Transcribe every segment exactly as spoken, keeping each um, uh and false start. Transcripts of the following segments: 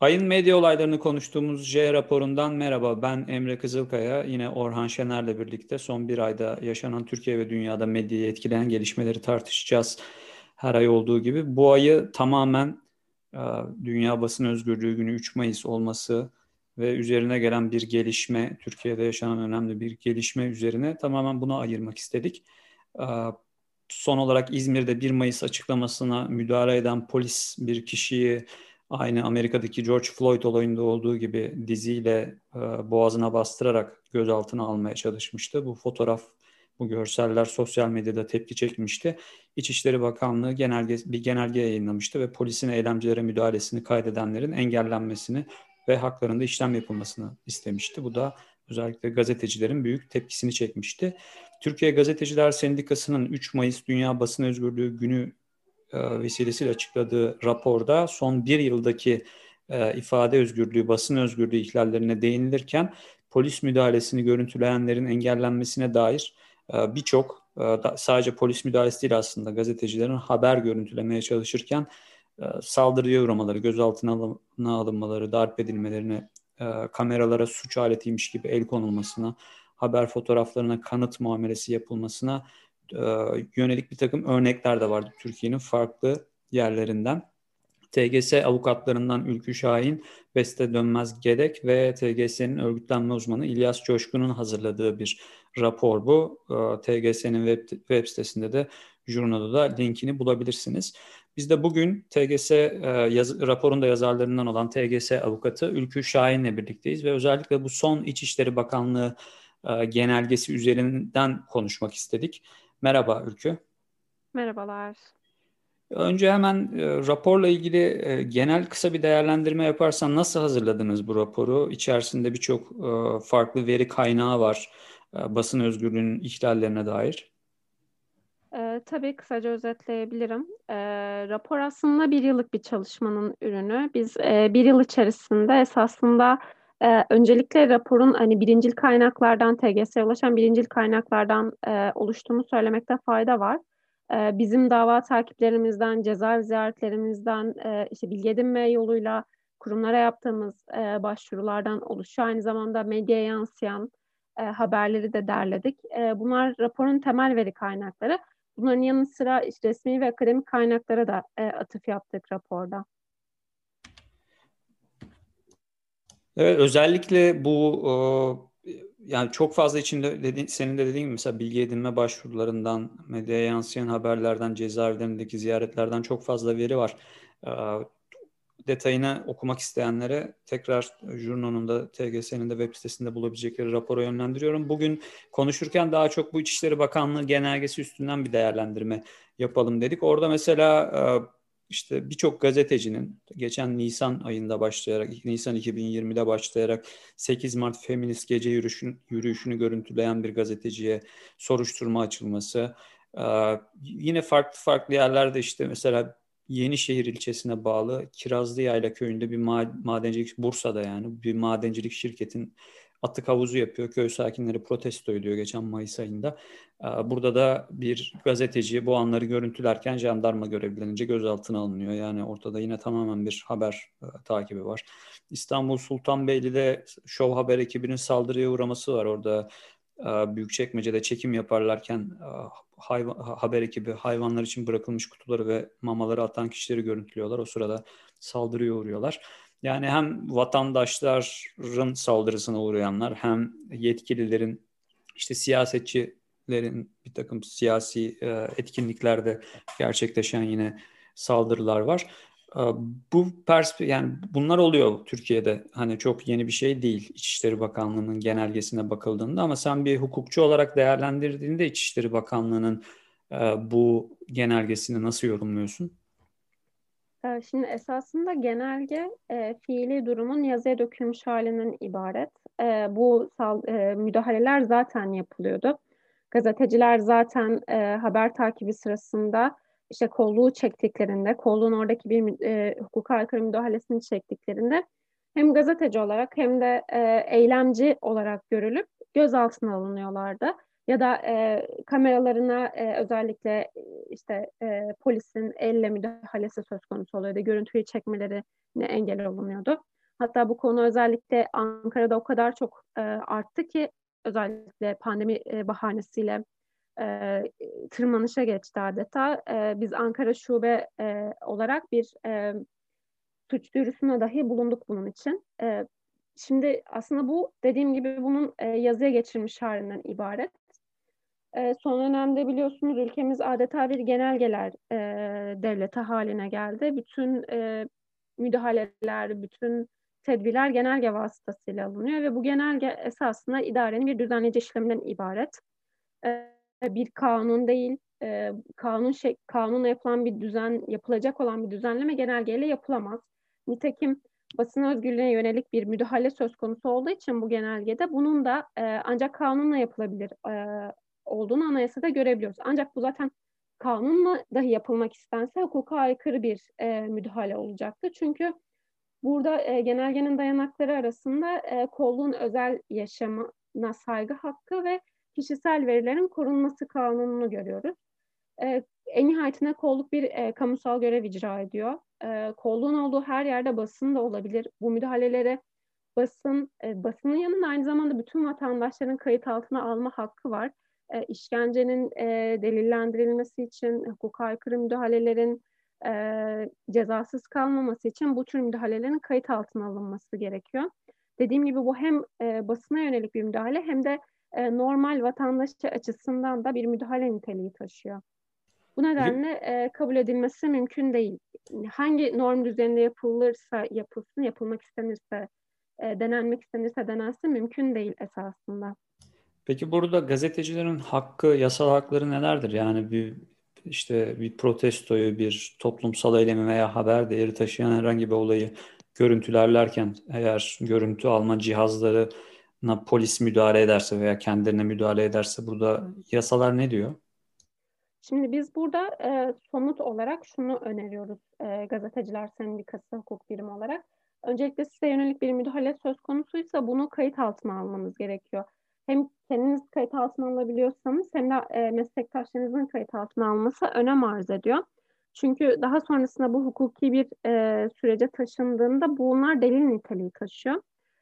Ayın medya olaylarını konuştuğumuz J raporundan merhaba. Ben Emre Kızılkaya. Yine Orhan Şener'le birlikte son bir ayda yaşanan Türkiye ve dünyada medyayı etkileyen gelişmeleri tartışacağız. Her ay olduğu gibi. Bu ayı tamamen e, Dünya Basın Özgürlüğü Günü üç Mayıs olması ve üzerine gelen bir gelişme, Türkiye'de yaşanan önemli bir gelişme üzerine tamamen buna ayırmak istedik. E, Son olarak İzmir'de bir Mayıs açıklamasına müdahale eden polis bir kişiyi aynı Amerika'daki George Floyd olayında olduğu gibi diziyle e, boğazına bastırarak gözaltına almaya çalışmıştı. Bu fotoğraf, bu görseller sosyal medyada tepki çekmişti. İçişleri Bakanlığı genelge, bir genelge yayınlamıştı ve polisin eylemcilere müdahalesini kaydedenlerin engellenmesini ve haklarında işlem yapılmasını istemişti. Bu da özellikle gazetecilerin büyük tepkisini çekmişti. Türkiye Gazeteciler Sendikası'nın üç Mayıs Dünya Basın Özgürlüğü Günü e, vesilesiyle açıkladığı raporda son bir yıldaki e, ifade özgürlüğü, basın özgürlüğü ihlallerine değinilirken polis müdahalesini görüntüleyenlerin engellenmesine dair e, birçok e, sadece polis müdahalesi değil aslında gazetecilerin haber görüntülemeye çalışırken e, saldırıya uğramaları, gözaltına alınmaları, darp edilmelerine, e, kameralara suç aletiymiş gibi el konulmasına, haber fotoğraflarına kanıt muamelesi yapılmasına e, yönelik bir takım örnekler de vardı Türkiye'nin farklı yerlerinden. T G S avukatlarından Ülkü Şahin, Beste Dönmez Gedek ve T G S'nin örgütlenme uzmanı İlyas Coşkun'un hazırladığı bir rapor bu. E, T G S'nin web, web sitesinde de Jurnal'da da linkini bulabilirsiniz. Biz de bugün T G S e, yaz, raporunda yazarlarından olan T G S avukatı Ülkü Şahin'le birlikteyiz ve özellikle bu son İçişleri Bakanlığı e, genelgesi üzerinden konuşmak istedik. Merhaba Ülkü. Merhabalar. Önce hemen e, raporla ilgili e, genel kısa bir değerlendirme yaparsan nasıl hazırladınız bu raporu? İçerisinde birçok e, farklı veri kaynağı var e, basın özgürlüğünün ihlallerine dair. Ee, tabii kısaca özetleyebilirim. Ee, rapor aslında bir yıllık bir çalışmanın ürünü. Biz e, bir yıl içerisinde esasında e, öncelikle raporun hani birincil kaynaklardan T G S'ye ulaşan birincil kaynaklardan e, oluştuğunu söylemekte fayda var. E, bizim dava takiplerimizden, cezaevi ziyaretlerimizden, e, işte bilgi edinme yoluyla kurumlara yaptığımız e, başvurulardan oluşuyor. Aynı zamanda medyaya yansıyan e, haberleri de derledik. E, bunlar raporun temel veri kaynakları. Bunların yanı sıra işte resmi ve akademik kaynaklara da e, atıf yaptık raporda. Evet, özellikle bu e, yani çok fazla içinde dediğin, senin de dediğin gibi mesela bilgi edinme başvurularından, medyaya yansıyan haberlerden, cezaevlerindeki ziyaretlerden çok fazla veri var. E, Detayını okumak isteyenlere tekrar Jurno'nun da T G S'nin de web sitesinde bulabilecekleri rapora yönlendiriyorum. Bugün konuşurken daha çok bu İçişleri Bakanlığı genelgesi üstünden bir değerlendirme yapalım dedik. Orada mesela e, işte birçok gazetecinin geçen Nisan ayında başlayarak, Nisan iki bin yirmide başlayarak sekiz Mart Feminist Gece yürüyüşünü, yürüyüşünü görüntüleyen bir gazeteciye soruşturma açılması. Ee, yine farklı farklı yerlerde işte mesela Yenişehir ilçesine bağlı Kirazlıyayla köyünde bir ma- madencilik, Bursa'da yani bir madencilik şirketin atık havuzu yapıyor. Köy sakinleri protesto ediyor geçen Mayıs ayında. Ee, Burada da bir gazeteci bu anları görüntülerken jandarma görevlilerince gözaltına alınıyor. Yani ortada yine tamamen bir haber e, takibi var. İstanbul Sultanbeyli'de Show Haber ekibinin saldırıya uğraması var. Orada e, Büyükçekmece'de çekim yaparlarken e, hayvan, haber ekibi hayvanlar için bırakılmış kutuları ve mamaları atan kişileri görüntülüyorlar. O sırada saldırıya uğruyorlar. Yani hem vatandaşların saldırısına uğrayanlar hem yetkililerin işte siyasetçilerin bir takım siyasi e, etkinliklerde gerçekleşen yine saldırılar var. E, Bu pers yani bunlar oluyor Türkiye'de. Hani çok yeni bir şey değil İçişleri Bakanlığı'nın genelgesine bakıldığında ama sen bir hukukçu olarak değerlendirdiğinde İçişleri Bakanlığı'nın e, bu genelgesini nasıl yorumluyorsun? E, şimdi esasında genelge e, fiili durumun yazıya dökülmüş halinden ibaret. E, bu sal- e, müdahaleler zaten yapılıyordu. Gazeteciler zaten e, haber takibi sırasında işte kolluğu çektiklerinde, kolluğun oradaki bir mü- e, hukuka aykırı müdahalesini çektiklerinde hem gazeteci olarak hem de e, eylemci olarak görülüp gözaltına alınıyorlardı. Ya da e, kameralarına e, özellikle işte e, polisin elle müdahalesi söz konusu oluyordu. Görüntüyü çekmelerine engel olunuyordu. Hatta bu konu özellikle Ankara'da o kadar çok e, arttı ki özellikle pandemi e, bahanesiyle e, tırmanışa geçti adeta. E, biz Ankara Şube e, olarak bir e, suç duyurusuna dahi bulunduk bunun için. E, şimdi aslında bu dediğim gibi bunun e, yazıya geçirilmiş halinden ibaret. E, son dönemde biliyorsunuz ülkemiz adeta bir genelgeler e, devleti haline geldi. Bütün e, müdahaleler, bütün tedbirler genelge vasıtasıyla alınıyor ve bu genelge esasında idarenin bir düzenleyici işleminden ibaret. E, bir kanun değil, e, kanun şey, kanunla yapılan bir düzen, yapılacak olan bir düzenleme genelgeyle yapılamaz. Nitekim basın özgürlüğüne yönelik bir müdahale söz konusu olduğu için bu genelgede bunun da e, ancak kanunla yapılabilir e, olduğunu anayasada görebiliyoruz. Ancak bu zaten kanunla dahi yapılmak istense hukuka aykırı bir e, müdahale olacaktı. Çünkü burada e, genelgenin dayanakları arasında e, kolluğun özel yaşamına saygı hakkı ve kişisel verilerin korunması kanununu görüyoruz. E, en nihayetinde kolluk bir e, kamusal görev icra ediyor. E, kolluğun olduğu her yerde basın da olabilir. Bu müdahalelere basın, e, basının yanında aynı zamanda bütün vatandaşların kayıt altına alma hakkı var. E, işkencenin e, delillendirilmesi için, hukuka aykırı müdahalelerin e, cezasız kalmaması için bu tür müdahalelerin kayıt altına alınması gerekiyor. Dediğim gibi bu hem e, basına yönelik bir müdahale hem de e, normal vatandaş açısından da bir müdahale niteliği taşıyor. Bu Peki, nedenle e, kabul edilmesi mümkün değil. Hangi norm düzeninde yapılırsa yapılsın, yapılmak istenirse, e, denenmek istenirse denensin mümkün değil esasında. peki burada gazetecilerin hakkı, yasal hakları nelerdir? Yani bir işte bir protestoyu, bir toplumsal eylemi veya haber değeri taşıyan herhangi bir olayı görüntülerlerken eğer görüntü alma cihazlarına polis müdahale ederse veya kendilerine müdahale ederse burada yasalar ne diyor? Şimdi biz burada e, somut olarak şunu öneriyoruz e, Gazeteciler Sendikası hukuk birimi olarak. Öncelikle size yönelik bir müdahale söz konusuysa bunu kayıt altına almanız gerekiyor. Hem kendiniz kayıt altına alabiliyorsanız hem de e, meslektaşlarınızın kayıt altına alması önem arz ediyor. Çünkü daha sonrasında bu hukuki bir e, sürece taşındığında bunlar delil niteliği taşıyor.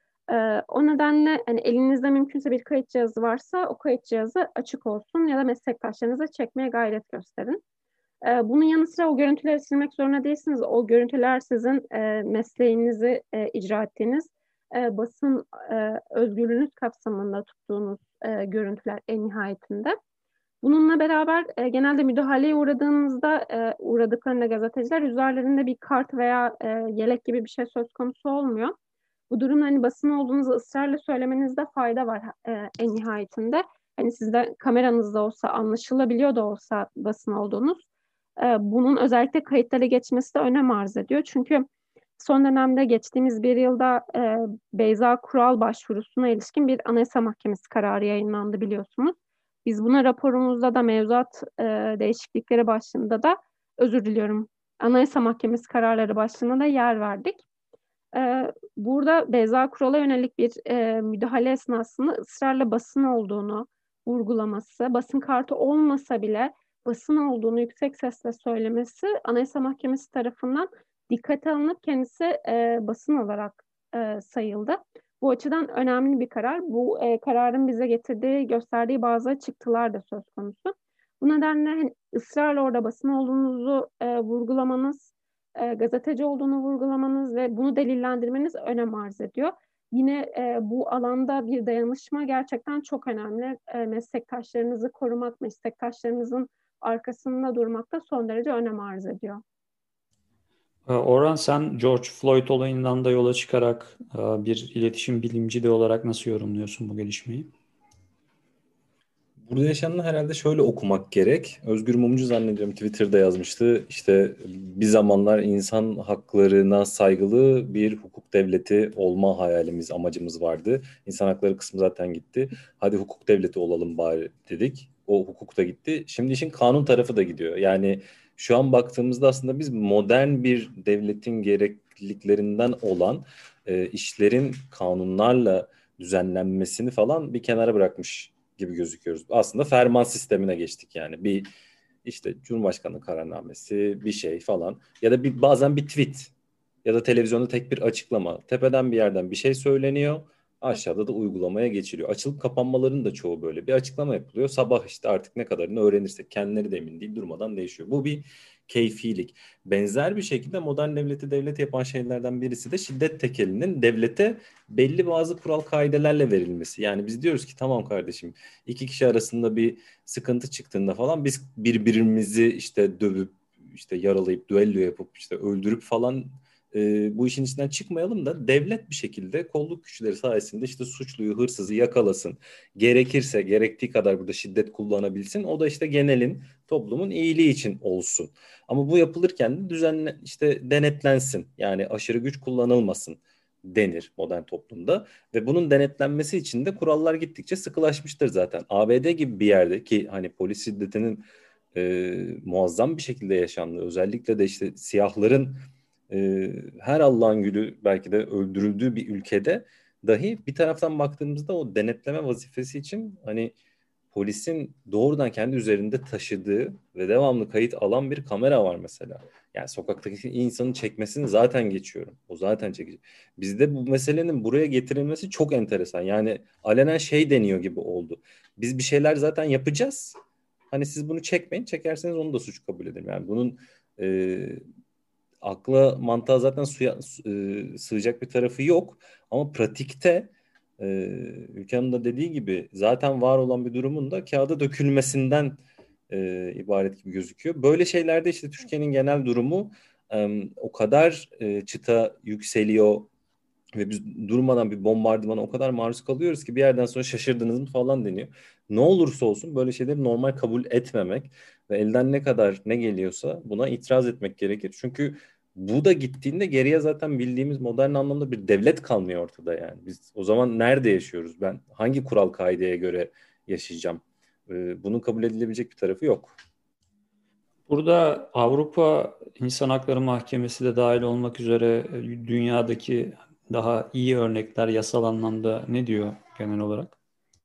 Ee, o nedenle hani elinizde mümkünse bir kayıt cihazı varsa o kayıt cihazı açık olsun ya da meslektaşlarınıza çekmeye gayret gösterin. Ee, bunun yanı sıra o görüntüleri silmek zorunda değilsiniz. O görüntüler sizin e, mesleğinizi e, icra ettiğiniz e, basın e, özgürlüğünüz kapsamında tuttuğunuz e, görüntüler en nihayetinde. Bununla beraber e, genelde müdahaleye uğradığınızda e, uğradıklarında gazeteciler üzerlerinde bir kart veya e, yelek gibi bir şey söz konusu olmuyor. Bu durumda hani basın olduğunuzu ısrarla söylemenizde fayda var e, en nihayetinde. Hani sizde kameranızda olsa anlaşılabiliyor da olsa basın olduğunuz. E, bunun özellikle kayıtlara geçmesi de önem arz ediyor. Çünkü son dönemde geçtiğimiz bir yılda e, Beyza Kural başvurusuna ilişkin bir Anayasa Mahkemesi kararı yayınlandı biliyorsunuz. Biz buna raporumuzda da mevzuat e, değişiklikleri başlığında da özür diliyorum. Anayasa Mahkemesi kararları başlığına da yer verdik. Ee, burada Beyza Kural'a yönelik bir e, müdahale esnasında ısrarla basın olduğunu vurgulaması, basın kartı olmasa bile basın olduğunu yüksek sesle söylemesi Anayasa Mahkemesi tarafından dikkate alınıp kendisi e, basın olarak e, sayıldı. Bu açıdan önemli bir karar. Bu e, kararın bize getirdiği, gösterdiği bazı çıktılar da söz konusu. Bu nedenle hani, ısrarla orada basın olduğunuzu e, vurgulamanız, e, gazeteci olduğunu vurgulamanız ve bunu delillendirmeniz önem arz ediyor. Yine e, bu alanda bir dayanışma gerçekten çok önemli. E, meslektaşlarınızı korumak, meslektaşlarınızın arkasında durmak da son derece önem arz ediyor. Ee, Orhan, sen George Floyd olayından da yola çıkarak e, bir iletişim bilimci de olarak nasıl yorumluyorsun bu gelişmeyi? Burada yaşananı herhalde şöyle okumak gerek. Özgür Mumcu zannediyorum Twitter'da yazmıştı. İşte bir zamanlar insan haklarına saygılı bir hukuk devleti olma hayalimiz, amacımız vardı. İnsan hakları kısmı zaten gitti. Hadi hukuk devleti olalım bari dedik. O hukuk da gitti. Şimdi işin kanun tarafı da gidiyor. Yani şu an baktığımızda aslında biz modern bir devletin gerekliliklerinden olan e, işlerin kanunlarla düzenlenmesini falan bir kenara bırakmış gibi gözüküyoruz. Aslında ferman sistemine geçtik yani. Bir İşte Cumhurbaşkanı kararnamesi, bir şey falan ya da bir bazen bir tweet ya da televizyonda tek bir açıklama. Tepeden bir yerden bir şey söyleniyor. Aşağıda da uygulamaya geçiliyor. Açılıp kapanmaların da çoğu böyle. Bir açıklama yapılıyor. Sabah işte artık ne kadarını öğrenirsek kendileri de emin değil durmadan değişiyor. Bu bir keyfilik. Benzer bir şekilde modern devleti devlet yapan şeylerden birisi de şiddet tekelinin devlete belli bazı kural kaidelerle verilmesi. Yani biz diyoruz ki tamam kardeşim iki kişi arasında bir sıkıntı çıktığında falan biz birbirimizi işte dövüp işte yaralayıp düello yapıp işte öldürüp falan e, bu işin içinden çıkmayalım da devlet bir şekilde kolluk güçleri sayesinde işte suçluyu, hırsızı yakalasın. Gerekirse gerektiği kadar burada şiddet kullanabilsin. O da işte genelin, toplumun iyiliği için olsun. Ama bu yapılırken de düzenle işte denetlensin. Yani aşırı güç kullanılmasın denir modern toplumda ve bunun denetlenmesi için de kurallar gittikçe sıkılaşmıştır zaten. A B D gibi bir yerde ki hani polis şiddetinin e, muazzam bir şekilde yaşandığı, özellikle de işte siyahların e, her Allah'ın gülü belki de öldürüldüğü bir ülkede dahi bir taraftan baktığımızda o denetleme vazifesi için hani polisin doğrudan kendi üzerinde taşıdığı ve devamlı kayıt alan bir kamera var mesela. Yani sokaktaki insanın çekmesini zaten geçiyorum. O zaten çekici. Bizde bu meselenin buraya getirilmesi çok enteresan. Yani alenen şey deniyor gibi oldu. Biz bir şeyler zaten yapacağız. Hani siz bunu çekmeyin. Çekerseniz onu da suç kabul ederim. Yani bunun e, akla mantığa zaten suya, e, sığacak bir tarafı yok. Ama pratikte e, Ülkenin de dediği gibi zaten var olan bir durumun da kağıda dökülmesinden e, ibaret gibi gözüküyor. Böyle şeylerde işte Türkiye'nin genel durumu e, o kadar e, çıta yükseliyor ve biz durmadan bir bombardımana o kadar maruz kalıyoruz ki bir yerden sonra şaşırdınız mı falan deniyor. Ne olursa olsun böyle şeyleri normal kabul etmemek ve elden ne kadar ne geliyorsa buna itiraz etmek gerekir. Çünkü bu da gittiğinde geriye zaten bildiğimiz modern anlamda bir devlet kalmıyor ortada yani. Biz o zaman nerede yaşıyoruz? Ben hangi kural kaideye göre yaşayacağım? Ee, bunun kabul edilebilecek bir tarafı yok. Burada Avrupa İnsan Hakları Mahkemesi de dahil olmak üzere e, dünyadaki daha iyi örnekler yasal anlamda ne diyor genel olarak?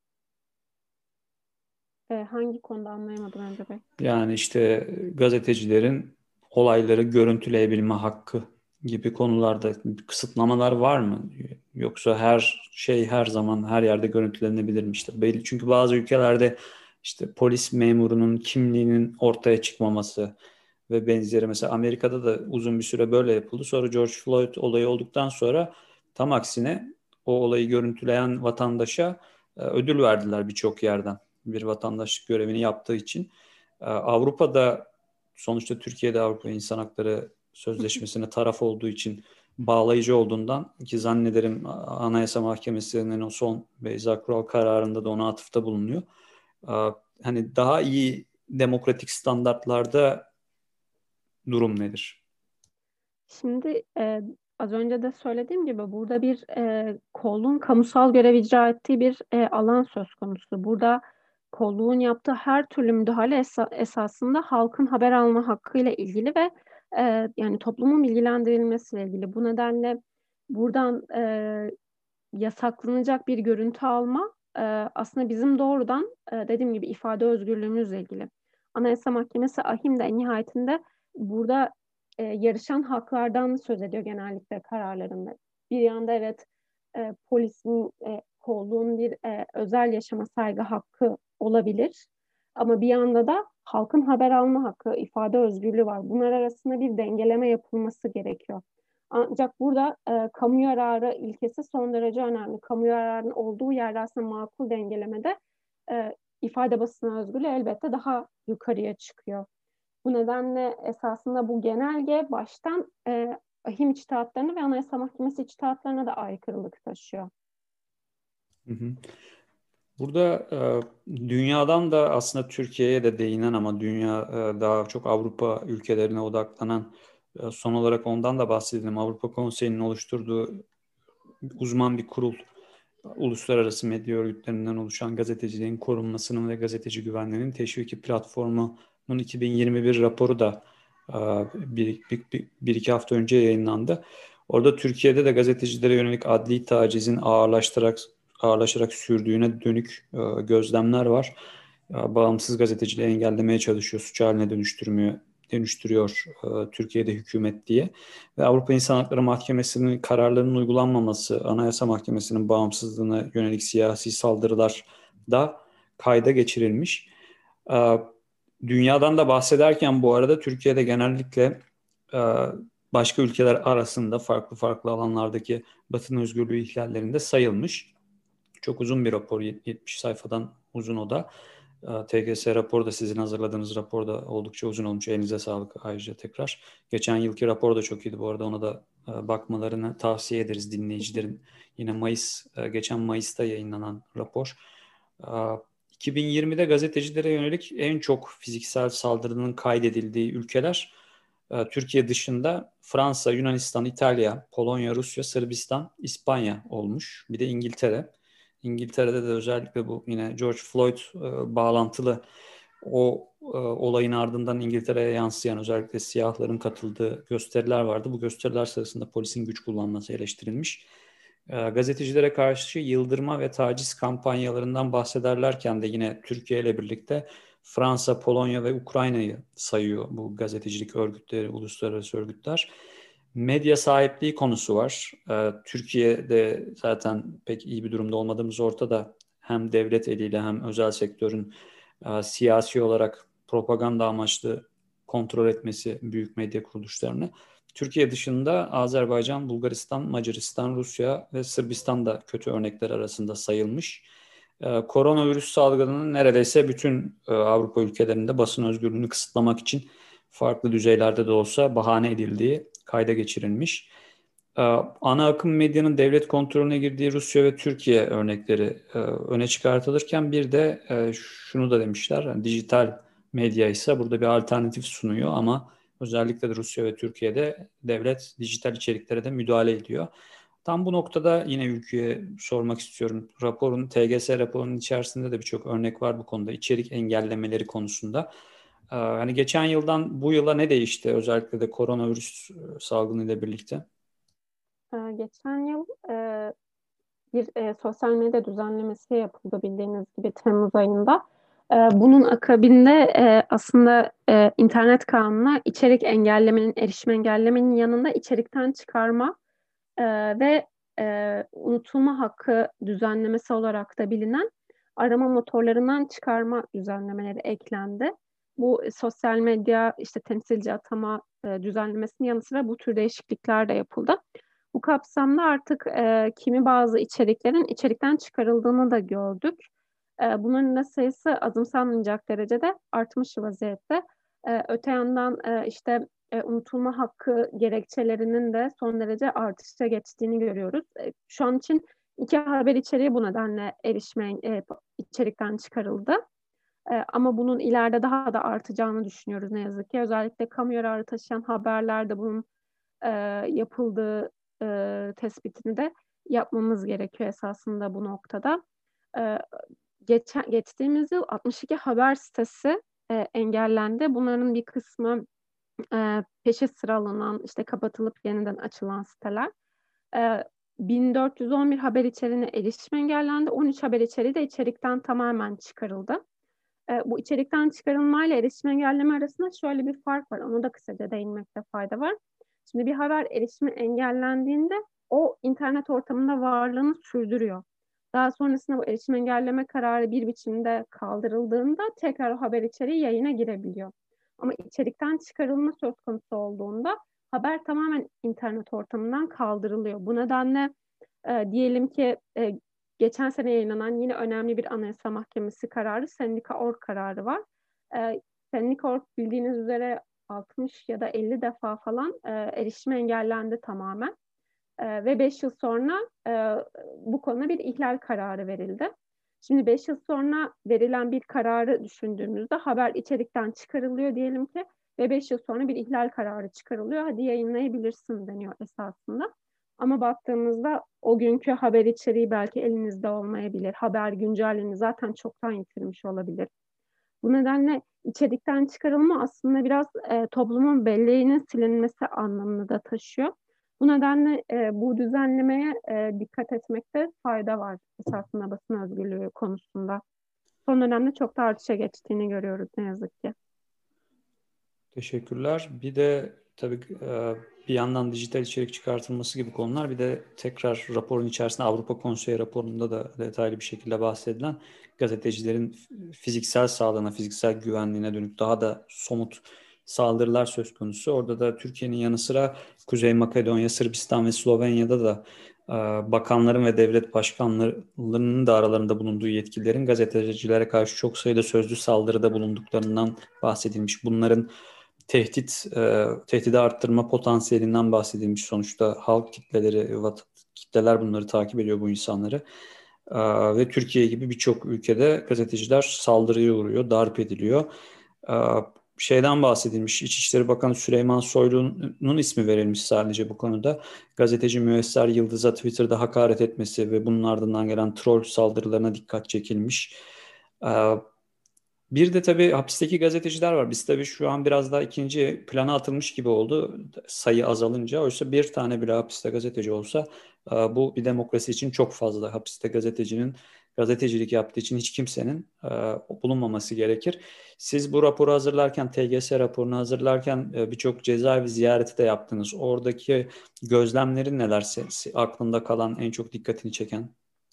E, hangi konuda anlayamadım Emre Bey? Yani işte gazetecilerin olayları görüntüleyebilme hakkı gibi konularda kısıtlamalar var mı? Yoksa her şey her zaman her yerde görüntülenebilir mi? İşte belli, çünkü bazı ülkelerde işte polis memurunun kimliğinin ortaya çıkmaması ve benzeri, mesela Amerika'da da uzun bir süre böyle yapıldı. Sonra George Floyd olayı olduktan sonra tam aksine o olayı görüntüleyen vatandaşa e, ödül verdiler birçok yerden, bir vatandaşlık görevini yaptığı için. Ee, Avrupa'da sonuçta Türkiye'de Avrupa İnsan Hakları Sözleşmesi'ne taraf olduğu için bağlayıcı olduğundan, ki zannederim Anayasa Mahkemesi'nin o son Beyza Kural kararında da ona atıfta bulunuyor. Ee, Hani daha iyi demokratik standartlarda durum nedir? Şimdi e, az önce de söylediğim gibi burada bir e, kolluğun kamusal görev icra ettiği bir e, alan söz konusu. Burada kolluğun yaptığı her türlü müdahale esa- esasında halkın haber alma hakkıyla ilgili ve e, yani toplumun bilgilendirilmesiyle ilgili. Bu nedenle buradan e, yasaklanacak bir görüntü alma e, aslında bizim doğrudan e, dediğim gibi ifade özgürlüğümüzle ilgili. Anayasa Mahkemesi ahim de en nihayetinde burada e, yarışan haklardan söz ediyor genellikle kararlarında. Bir yanda evet e, polisin, e, kolluğun bir e, özel yaşama saygı hakkı olabilir. Ama bir yanda da halkın haber alma hakkı, ifade özgürlüğü var. Bunlar arasında bir dengeleme yapılması gerekiyor. Ancak burada e, kamu yararı ilkesi son derece önemli. Kamu yararının olduğu yerde aslında makul dengelemede e, ifade basını özgürlüğü elbette daha yukarıya çıkıyor. Bu nedenle esasında bu genelge baştan e, ahim içtihatlarına ve Anayasa Mahkemesi içtihatlarına da aykırılık taşıyor. Hı hı. Burada e, dünyadan da aslında Türkiye'ye de değinen ama dünya e, daha çok Avrupa ülkelerine odaklanan, e, son olarak ondan da bahsedelim. Avrupa Konseyi'nin oluşturduğu uzman bir kurul, uluslararası medya örgütlerinden oluşan gazeteciliğin korunmasının ve gazeteci güvenliğinin teşviki platformunun iki bin yirmi bir raporu da e, bir, bir, bir, bir iki hafta önce yayınlandı. Orada Türkiye'de de gazetecilere yönelik adli tacizin ağırlaştırarak ağırlaşarak sürdüğüne dönük e, gözlemler var. e, bağımsız gazeteciliği engellemeye çalışıyor, suç haline dönüştürmüyor, dönüştürüyor e, Türkiye'de hükümet diye. Ve Avrupa İnsan Hakları Mahkemesi'nin kararlarının uygulanmaması, Anayasa Mahkemesi'nin bağımsızlığına yönelik siyasi saldırılar da kayda geçirilmiş. E, Dünyadan da bahsederken bu arada Türkiye'de genellikle e, başka ülkeler arasında farklı farklı alanlardaki basın özgürlüğü ihlallerinde sayılmış. Çok uzun bir rapor, yetmiş sayfadan uzun o da. T G S raporu da, sizin hazırladığınız rapor da oldukça uzun olmuş. Elinize sağlık ayrıca tekrar. Geçen yılki rapor da çok iyiydi bu arada. Ona da bakmalarını tavsiye ederiz dinleyicilerin. Yine Mayıs, geçen Mayıs'ta yayınlanan rapor. iki bin yirmide gazetecilere yönelik en çok fiziksel saldırının kaydedildiği ülkeler Türkiye dışında Fransa, Yunanistan, İtalya, Polonya, Rusya, Sırbistan, İspanya olmuş. Bir de İngiltere. İngiltere'de de özellikle bu yine George Floyd e, bağlantılı o e, olayın ardından İngiltere'ye yansıyan özellikle siyahların katıldığı gösteriler vardı. Bu gösteriler sırasında polisin güç kullanması eleştirilmiş. E, gazetecilere karşı yıldırma ve taciz kampanyalarından bahsederlerken de yine Türkiye ile birlikte Fransa, Polonya ve Ukrayna'yı sayıyor bu gazetecilik örgütleri, uluslararası örgütler. Medya sahipliği konusu var. Ee, Türkiye'de zaten pek iyi bir durumda olmadığımız ortada. Hem devlet eliyle hem özel sektörün e, siyasi olarak propaganda amaçlı kontrol etmesi büyük medya kuruluşlarını. Türkiye dışında Azerbaycan, Bulgaristan, Macaristan, Rusya ve Sırbistan da kötü örnekler arasında sayılmış. Ee, koronavirüs salgınının neredeyse bütün e, Avrupa ülkelerinde basın özgürlüğünü kısıtlamak için farklı düzeylerde de olsa bahane edildiği kayda geçirilmiş. Ee, ana akım medyanın devlet kontrolüne girdiği Rusya ve Türkiye örnekleri e, öne çıkartılırken bir de e, şunu da demişler, yani dijital medya ise burada bir alternatif sunuyor ama özellikle de Rusya ve Türkiye'de devlet dijital içeriklere de müdahale ediyor. Tam bu noktada yine ülkeye sormak istiyorum. Raporun, T G S raporunun içerisinde de birçok örnek var bu konuda, içerik engellemeleri konusunda. Ee, hani geçen yıldan bu yıla ne değişti? Özellikle de koronavirüs salgını ile birlikte. Ee, geçen yıl e, bir e, sosyal medya düzenlemesi yapıldı bildiğiniz gibi Temmuz ayında. E, bunun akabinde e, aslında e, internet kanununa içerik engellemenin, erişim engellemenin yanında içerikten çıkarma e, ve e, unutulma hakkı düzenlemesi olarak da bilinen arama motorlarından çıkarma düzenlemeleri eklendi. Bu sosyal medya işte temsilci atama e, düzenlemesinin yanı sıra bu tür değişiklikler de yapıldı. Bu kapsamda artık e, kimi bazı içeriklerin içerikten çıkarıldığını da gördük. E, bunların da sayısı azımsanmayacak derecede artmış vaziyette. E, öte yandan e, işte e, unutulma hakkı gerekçelerinin de son derece artışa geçtiğini görüyoruz. E, şu an için iki haber içeriği bu nedenle erişime e, içerikten çıkarıldı. E, ama bunun ileride daha da artacağını düşünüyoruz ne yazık ki. Özellikle kamu yararı taşıyan haberlerde bunun e, yapıldığı e, tespitini de yapmamız gerekiyor esasında bu noktada. E, geçen, geçtiğimiz yıl altmış iki haber sitesi e, engellendi. Bunların bir kısmı e, peşe sıralanan, işte kapatılıp yeniden açılan siteler. E, bin dört yüz on bir haber içeriğine erişim engellendi. on üç haber içeriği de içerikten tamamen çıkarıldı. E, bu içerikten çıkarılmayla erişim engelleme arasında şöyle bir fark var. Ona da kısaca değinmekte fayda var. Şimdi bir haber erişimi engellendiğinde o internet ortamında varlığını sürdürüyor. Daha sonrasında bu erişim engelleme kararı bir biçimde kaldırıldığında tekrar o haber içeriği yayına girebiliyor. Ama içerikten çıkarılma söz konusu olduğunda haber tamamen internet ortamından kaldırılıyor. Bu nedenle e, diyelim ki e, geçen sene yayınlanan yine önemli bir Anayasa Mahkemesi kararı, Sendika nokta org kararı var. E, Sendika nokta org bildiğiniz üzere altmış ya da elli defa falan e, erişim engellendi tamamen. E, ve beş yıl sonra e, bu konuda bir ihlal kararı verildi. Şimdi beş yıl sonra verilen bir kararı düşündüğümüzde haber içerikten çıkarılıyor diyelim ki ve beş yıl sonra bir ihlal kararı çıkarılıyor. Hadi yayınlayabilirsin deniyor esasında. Ama baktığımızda o günkü haber içeriği belki elinizde olmayabilir. Haber güncelliğini zaten çoktan yitirmiş olabilir. Bu nedenle içerikten çıkarılma aslında biraz e, toplumun belleğinin silinmesi anlamını da taşıyor. Bu nedenle e, bu düzenlemeye e, dikkat etmekte fayda var esasında basın özgürlüğü konusunda. son dönemde çok da artışa geçtiğini görüyoruz ne yazık ki. Teşekkürler. Bir de tabii e, bir yandan dijital içerik çıkartılması gibi konular, bir de tekrar raporun içerisinde Avrupa Konseyi raporunda da detaylı bir şekilde bahsedilen gazetecilerin fiziksel sağlığına, fiziksel güvenliğine dönük daha da somut saldırılar söz konusu. Orada da Türkiye'nin yanı sıra Kuzey Makedonya, Sırbistan ve Slovenya'da da e, bakanların ve devlet başkanlarının da aralarında bulunduğu yetkililerin gazetecilere karşı çok sayıda sözlü saldırıda bulunduklarından bahsedilmiş. Bunların tehdit, e, tehdidi arttırma potansiyelinden bahsedilmiş. Sonuçta halk kitleleri, vat, kitleler bunları takip ediyor, bu insanları. E, ve Türkiye gibi birçok ülkede gazeteciler saldırıya uğruyor, darp ediliyor. E, şeyden bahsedilmiş, İçişleri Bakanı Süleyman Soylu'nun ismi verilmiş sadece bu konuda. Gazeteci Müyesser Yıldız'a Twitter'da hakaret etmesi ve bunun ardından gelen troll saldırılarına dikkat çekilmiş. E, Bir de tabii hapisteki gazeteciler var. Biz tabii şu an biraz daha ikinci plana atılmış gibi oldu sayı azalınca. Oysa bir tane bile hapiste gazeteci olsa e, bu bir demokrasi için çok fazla. Hapiste gazetecinin gazetecilik yaptığı için hiç kimsenin e, bulunmaması gerekir. Siz bu raporu hazırlarken, T G S raporunu hazırlarken e, birçok cezaevi ziyareti de yaptınız. Oradaki gözlemlerin neler? Se- Aklında kalan, en çok dikkatini çeken?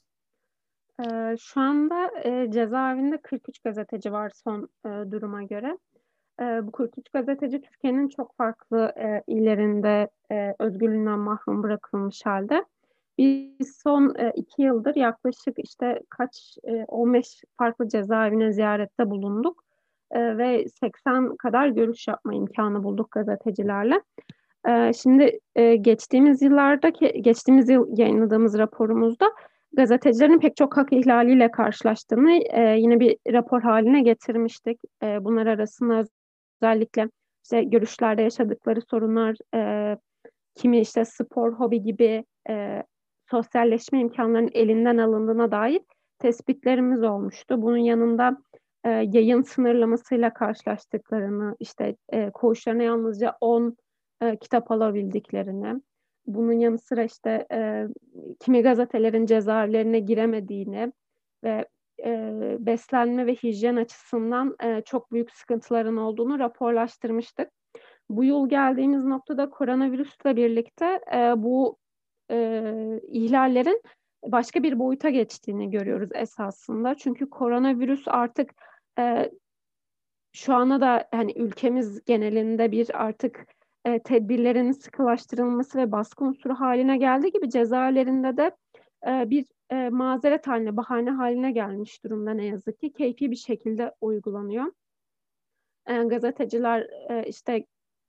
Ee, şu anda e, cezaevinde kırk üç gazeteci var son e, duruma göre. E, bu kırk üç gazeteci Türkiye'nin çok farklı e, illerinde e, özgürlüğünden mahrum bırakılmış halde. Biz son e, iki yıldır yaklaşık işte kaç e, on beş farklı cezaevine ziyarette bulunduk. E, ve seksen kadar görüş yapma imkanı bulduk gazetecilerle. E, şimdi e, geçtiğimiz yıllardaki geçtiğimiz yıl yayınladığımız raporumuzda gazetecilerin pek çok hak ihlaliyle karşılaştığını e, yine bir rapor haline getirmiştik. E, bunlar arasında özellikle işte görüşlerde yaşadıkları sorunlar, e, kimi işte spor, hobi gibi e, sosyalleşme imkanlarının elinden alındığına dair tespitlerimiz olmuştu. Bunun yanında e, yayın sınırlamasıyla karşılaştıklarını, işte e, koğuşlarına yalnızca on e, kitap alabildiklerini, bunun yanı sıra işte e, kimi gazetelerin cezaevlerine giremediğini ve e, beslenme ve hijyen açısından e, çok büyük sıkıntıların olduğunu raporlaştırmıştık. Bu yıl geldiğimiz noktada koronavirüsle birlikte e, bu e, ihlallerin başka bir boyuta geçtiğini görüyoruz esasında. Çünkü koronavirüs artık e, şu ana da hani ülkemiz genelinde bir artık e, tedbirlerin sıkılaştırılması ve baskı unsuru haline geldiği gibi cezaevlerinde de e, bir e, mazeret haline, bahane haline gelmiş durumda ne yazık ki. Keyfi bir şekilde uygulanıyor. E, gazeteciler e, işte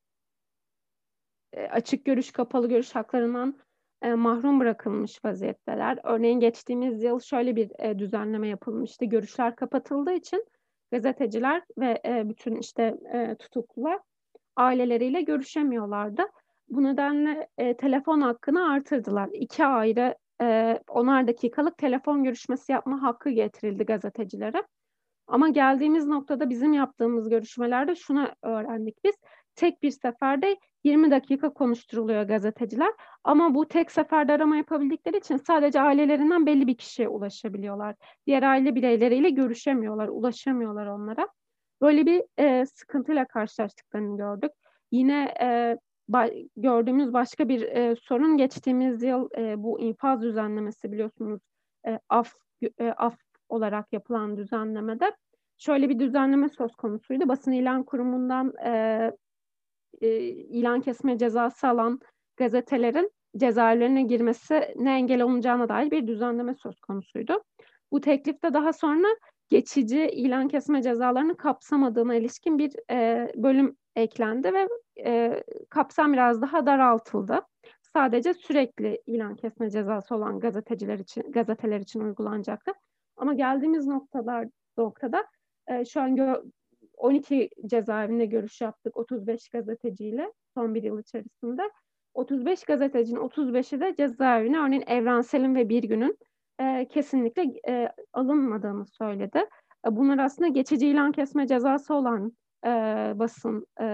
e, açık görüş, kapalı görüş haklarından e, mahrum bırakılmış vaziyetteler. Örneğin geçtiğimiz yıl şöyle bir e, düzenleme yapılmıştı. Görüşler kapatıldığı için gazeteciler ve e, bütün işte e, tutuklular aileleriyle görüşemiyorlardı. Bu nedenle e, telefon hakkını artırdılar. İki ayrı e, onar dakikalık telefon görüşmesi yapma hakkı getirildi gazetecilere. Ama geldiğimiz noktada bizim yaptığımız görüşmelerde şunu öğrendik biz. Tek bir seferde yirmi dakika konuşturuluyor gazeteciler. Ama bu tek seferde arama yapabildikleri için sadece ailelerinden belli bir kişiye ulaşabiliyorlar. Diğer aile bireyleriyle görüşemiyorlar, ulaşamıyorlar onlara. Böyle bir e, sıkıntıyla karşılaştıklarını gördük. Yine e, ba- gördüğümüz başka bir e, sorun geçtiğimiz yıl e, bu infaz düzenlemesi biliyorsunuz e, af e, af olarak yapılan düzenlemede şöyle bir düzenleme söz konusuydu. Basın ilan kurumundan e, e, ilan kesme cezası alan gazetelerin cezaevlerine girmesine engel olunacağına dair bir düzenleme söz konusuydu. Bu teklifte daha sonra geçici ilan kesme cezalarını kapsamadığına ilişkin bir e, bölüm eklendi ve e, kapsam biraz daha daraltıldı. Sadece sürekli ilan kesme cezası olan gazeteciler için, gazeteler için uygulanacaktı. Ama geldiğimiz noktalar noktada e, şu an gö- on iki cezaevinde görüş yaptık otuz beş gazeteciyle son bir yıl içerisinde. otuz beş gazetecinin otuz beşi de cezaevine örneğin Evrensel'in ve Birgün'ün e, kesinlikle e, alınmadığını söyledi. E, bunlar aslında geçici ilan kesme cezası olan e, basın e,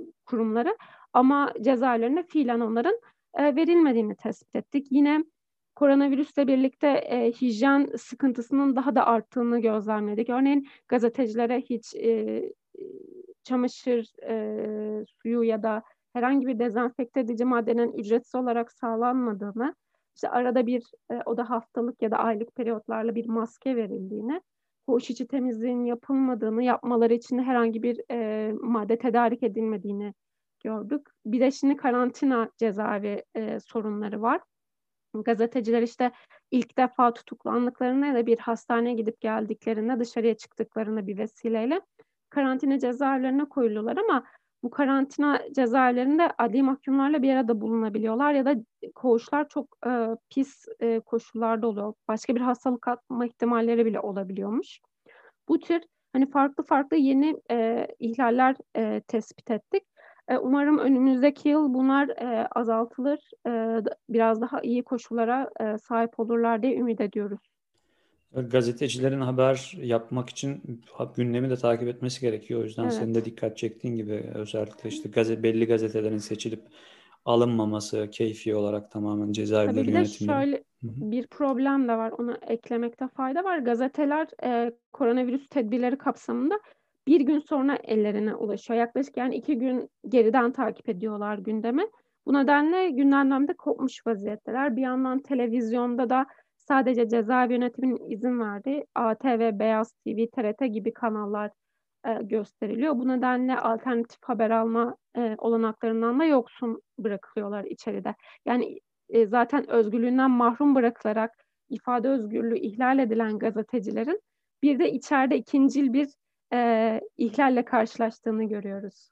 kurumları ama cezaevlerine fiilen onların e, verilmediğini tespit ettik. Yine koronavirüsle birlikte e, hijyen sıkıntısının daha da arttığını gözlemledik. Örneğin gazetecilere hiç e, çamaşır e, suyu ya da herhangi bir dezenfekte edici maddenin ücretsiz olarak sağlanmadığını, işte arada bir e, o da haftalık ya da aylık periyotlarla bir maske verildiğini, koğuş içi temizliğin yapılmadığını, yapmaları için de herhangi bir e, madde tedarik edilmediğini gördük. Bir de şimdi karantina cezaevi e, sorunları var. Gazeteciler işte ilk defa tutuklandıklarında ya da bir hastaneye gidip geldiklerinde, dışarıya çıktıklarında bir vesileyle karantina cezaevlerine koyuluyorlar, ama bu karantina cezaevlerinde adli mahkumlarla bir arada bulunabiliyorlar ya da koğuşlar çok e, pis e, koşullarda oluyor. Başka bir hastalık kapma ihtimalleri bile olabiliyormuş. Bu tür hani farklı farklı yeni e, ihlaller e, tespit ettik. E, umarım önümüzdeki yıl bunlar e, azaltılır, e, biraz daha iyi koşullara e, sahip olurlar diye ümit ediyoruz. Gazetecilerin haber yapmak için gündemi de takip etmesi gerekiyor. O yüzden senin de Evet. dikkat çektiğin gibi özellikle işte gazete, belli gazetelerin seçilip alınmaması, keyfi olarak tamamen cezaevleri Tabii bir de yönetimleri. şöyle Hı hı. bir problem de var. Onu eklemekte fayda var. Gazeteler e, koronavirüs tedbirleri kapsamında bir gün sonra ellerine ulaşıyor. Yaklaşık yani iki gün geriden takip ediyorlar gündemi. Bu nedenle gündemden de kopmuş vaziyetteler. Bir yandan televizyonda da sadece cezaevi yönetiminin izin verdiği A T V, Beyaz T V, T R T gibi kanallar e, gösteriliyor. Bu nedenle alternatif haber alma e, olanaklarından da yoksun bırakılıyorlar içeride. Yani e, zaten özgürlüğünden mahrum bırakılarak ifade özgürlüğü ihlal edilen gazetecilerin bir de içeride ikincil bir e, ihlalle karşılaştığını görüyoruz.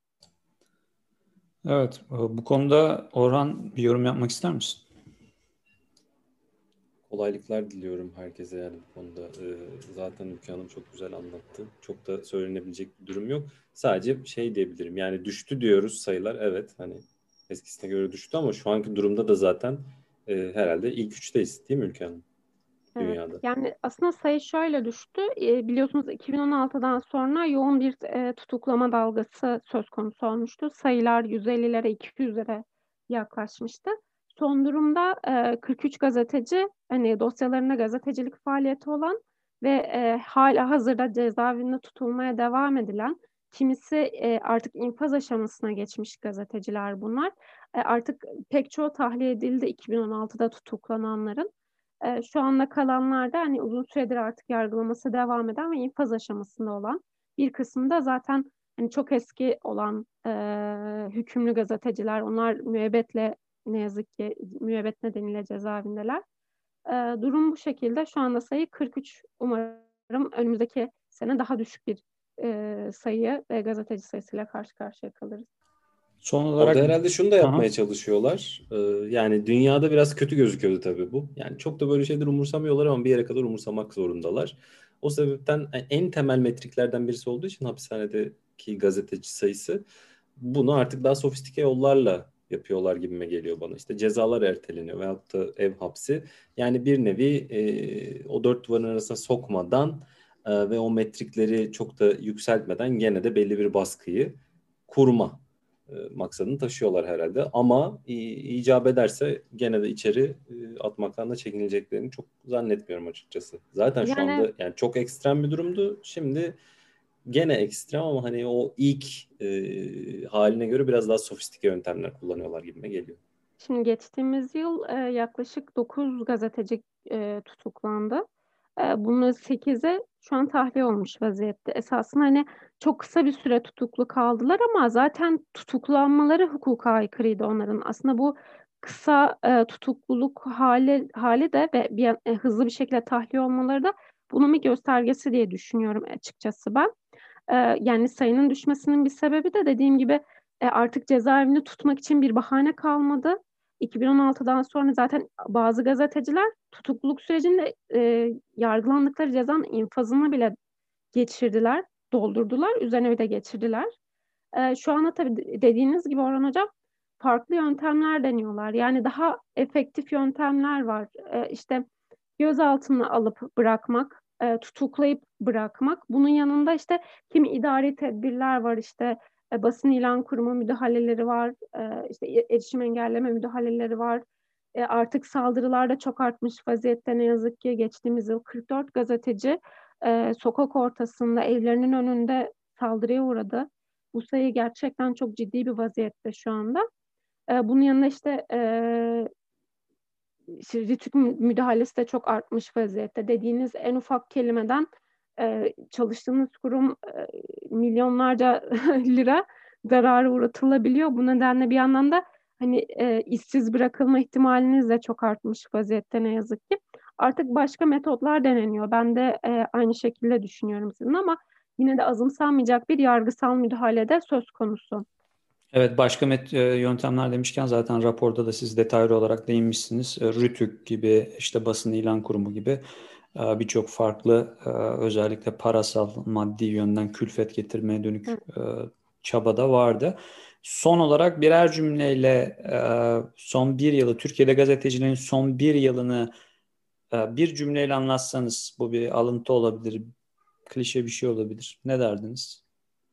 Evet, bu konuda Orhan bir yorum yapmak ister misin? Kolaylıklar diliyorum herkese yani bu konuda. Ee, zaten Ülke Hanım çok güzel anlattı. Çok da söylenebilecek bir durum yok. Sadece şey diyebilirim yani düştü diyoruz sayılar, evet hani eskisine göre düştü ama şu anki durumda da zaten e, herhalde ilk üçteyiz değil mi Ülke Hanım Evet, dünyada? yani aslında sayı şöyle düştü. E, biliyorsunuz iki bin on altıdan sonra yoğun bir e, tutuklama dalgası söz konusu olmuştu. Sayılar yüz ellilere, iki yüzlere yaklaşmıştı. Son durumda e, kırk üç gazeteci, hani dosyalarında gazetecilik faaliyeti olan ve e, hala hazırda cezaevinde tutulmaya devam edilen, kimisi e, artık infaz aşamasına geçmiş gazeteciler bunlar. E, artık pek çoğu tahliye edildi iki bin on altıda tutuklananların. E, şu anda kalanlar da hani uzun süredir artık yargılaması devam eden ve infaz aşamasında olan, bir kısmı da zaten hani çok eski olan e, hükümlü gazeteciler. Onlar müebbetle, ne yazık ki müebbet nedeniyle cezaevindeler. E, durum bu şekilde. Şu anda sayı kırk üç. Umarım önümüzdeki sene daha düşük bir e, sayı ve gazeteci sayısıyla karşı karşıya kalırız. Son Orada olarak herhalde şunu da aha, yapmaya çalışıyorlar. Ee, yani dünyada biraz kötü gözüküyordu tabii bu. Yani çok da böyle şeyler umursamıyorlar ama bir yere kadar umursamak zorundalar. O sebepten en temel metriklerden birisi olduğu için hapishanedeki gazeteci sayısı, bunu artık daha sofistike yollarla yapıyorlar gibime geliyor bana. İşte cezalar erteleniyor veyahut da ev hapsi. Yani bir nevi e, o dört duvarın arasına sokmadan e, ve o metrikleri çok da yükseltmeden gene de belli bir baskıyı kurma e, maksadını taşıyorlar herhalde. Ama i- icap ederse gene de içeri e, atmaktan da çekineceklerini çok zannetmiyorum açıkçası. Zaten şu Yani anda yani çok ekstrem bir durumdu. Şimdi gene ekstrem ama hani o ilk e, haline göre biraz daha sofistike yöntemler kullanıyorlar gibime geliyor. Şimdi geçtiğimiz yıl e, yaklaşık dokuz gazeteci e, tutuklandı. E, bunun sekizi şu an tahliye olmuş vaziyette. Esasında hani çok kısa bir süre tutuklu kaldılar, ama zaten tutuklanmaları hukuka aykırıydı onların. Aslında bu kısa e, tutukluluk hali, hali de ve bir, e, hızlı bir şekilde tahliye olmaları da bunun bir göstergesi diye düşünüyorum açıkçası ben. E, yani sayının düşmesinin bir sebebi de dediğim gibi e, artık cezaevinde tutmak için bir bahane kalmadı. iki bin on altıdan sonra zaten bazı gazeteciler tutukluluk sürecinde e, yargılandıkları cezanın infazını bile geçirdiler, doldurdular, üzerine bir de geçirdiler. E, şu anda tabii dediğiniz gibi Orhan Hocam, farklı yöntemler deniyorlar. Yani daha efektif yöntemler var. E, işte gözaltına alıp bırakmak, e, tutuklayıp bırakmak. Bunun yanında işte kimi idari tedbirler var, işte e, basın ilan kurma müdahaleleri var, e, işte erişim engelleme müdahaleleri var. E, artık saldırılar da çok artmış vaziyette ne yazık ki. Geçtiğimiz yıl kırk dört gazeteci e, sokak ortasında evlerinin önünde saldırıya uğradı. Bu sayı gerçekten çok ciddi bir vaziyette şu anda. E, bunun yanında işte e, işte Rütük müdahalesi de çok artmış vaziyette. Dediğiniz en ufak kelimeden e, çalıştığınız kurum e, milyonlarca lira zarara uğratılabiliyor. Bu nedenle bir yandan da hani e, işsiz bırakılma ihtimaliniz de çok artmış vaziyette ne yazık ki. Artık başka metotlar deneniyor. Ben de e, aynı şekilde düşünüyorum sizin ama yine de azımsanmayacak bir yargısal müdahale de söz konusu. Evet, başka met- e, yöntemler demişken zaten raporda da siz detaylı olarak değinmişsiniz. E, Rütük gibi, işte basın ilan kurumu gibi e, birçok farklı e, özellikle parasal, maddi yönden külfet getirmeye dönük Hı. e, çaba da vardı. Son olarak birer cümleyle e, son bir yılı, Türkiye'de gazeteciliğin son bir yılını e, bir cümleyle anlatsanız, bu bir alıntı olabilir, klişe bir şey olabilir. Ne derdiniz?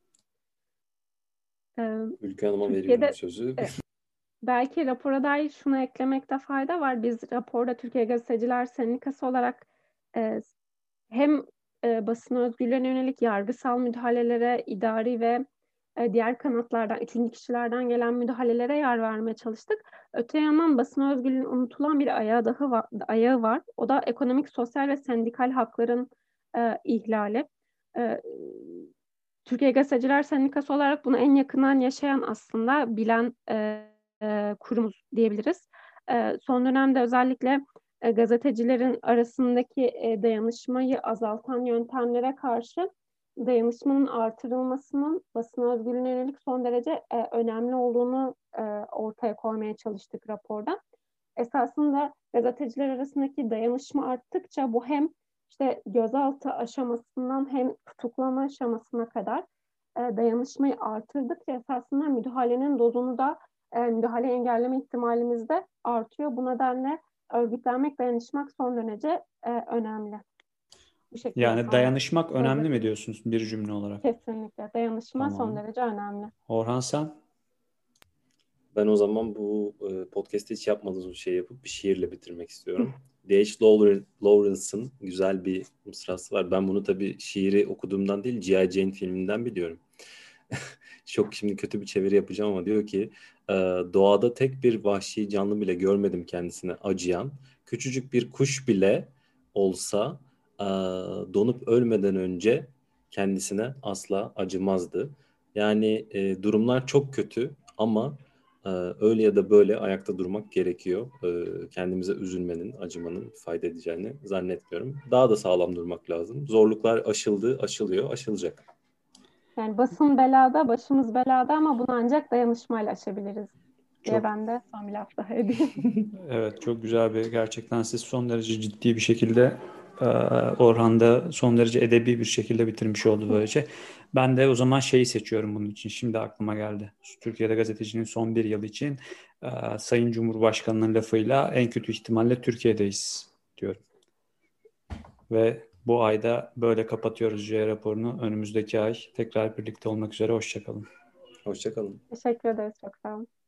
E, Ülke Hanım'a veriyorum Türkiye'de sözü. e, belki rapora dair şunu eklemekte fayda var. Biz raporda Türkiye Gazeteciler Sendikası olarak e, hem e, basın özgürlüğüne yönelik yargısal müdahalelere, idari ve e, diğer kanatlardan, üçüncü kişilerden gelen müdahalelere yer vermeye çalıştık. Öte yandan basın özgürlüğünün unutulan bir ayağı daha var, ayağı var. O da ekonomik, sosyal ve sendikal hakların e, ihlali. E, Türkiye Gazeteciler Sendikası olarak bunu en yakından yaşayan aslında bilen e, e, kurumuz diyebiliriz. E, son dönemde özellikle e, gazetecilerin arasındaki e, dayanışmayı azaltan yöntemlere karşı dayanışmanın artırılmasının basın özgürlüğüne yönelik son derece e, önemli olduğunu e, ortaya koymaya çalıştık raporda. Esasında gazeteciler arasındaki dayanışma arttıkça bu hem işte gözaltı aşamasından hem tutuklama aşamasına kadar e, dayanışmayı artırdıkça esasında müdahalenin dozunu da e, müdahale engelleme ihtimalimiz de artıyor. Bu nedenle örgütlenmek, dayanışmak son derece e, önemli. Bu şekilde Yani son dayanışmak önemli mi özetle. diyorsunuz bir cümle olarak? Kesinlikle. Dayanışma son Tamam. derece önemli. Orhan sen? Ben o zaman bu e, podcast'i hiç yapmadığımız bir şey yapıp bir şiirle bitirmek istiyorum. D H. Lawrence- Lawrence'ın güzel bir mısrası var. Ben bunu tabii şiiri okuduğumdan değil, G I. Jane filminden biliyorum. Çok şimdi kötü bir çeviri yapacağım ama diyor ki e, doğada tek bir vahşi canlı bile görmedim kendisine acıyan. Küçücük bir kuş bile olsa e, donup ölmeden önce kendisine asla acımazdı. Yani e, durumlar çok kötü ama ee, öyle ya da böyle ayakta durmak gerekiyor. Ee, kendimize üzülmenin, acımanın fayda edeceğini zannetmiyorum. Daha da sağlam durmak lazım. Zorluklar aşıldı, aşılıyor, aşılacak. Yani basın belada, başımız belada ama bunu ancak dayanışmayla aşabiliriz diye Çok ben de son bir laf daha edeyim. evet, çok güzel bir, gerçekten siz son derece ciddi bir şekilde e, Orhan da son derece edebi bir şekilde bitirmiş oldu böylece. Ben de o zaman şeyi seçiyorum bunun için. Şimdi aklıma geldi. Türkiye'de gazetecinin son bir yıl için e, Sayın Cumhurbaşkanı'nın lafıyla en kötü ihtimalle Türkiye'deyiz diyorum. Ve bu ayda böyle kapatıyoruz J raporunu. Önümüzdeki ay tekrar birlikte olmak üzere. Hoşça kalın. Hoşça kalın. Teşekkür ederiz. Çok sağ olun.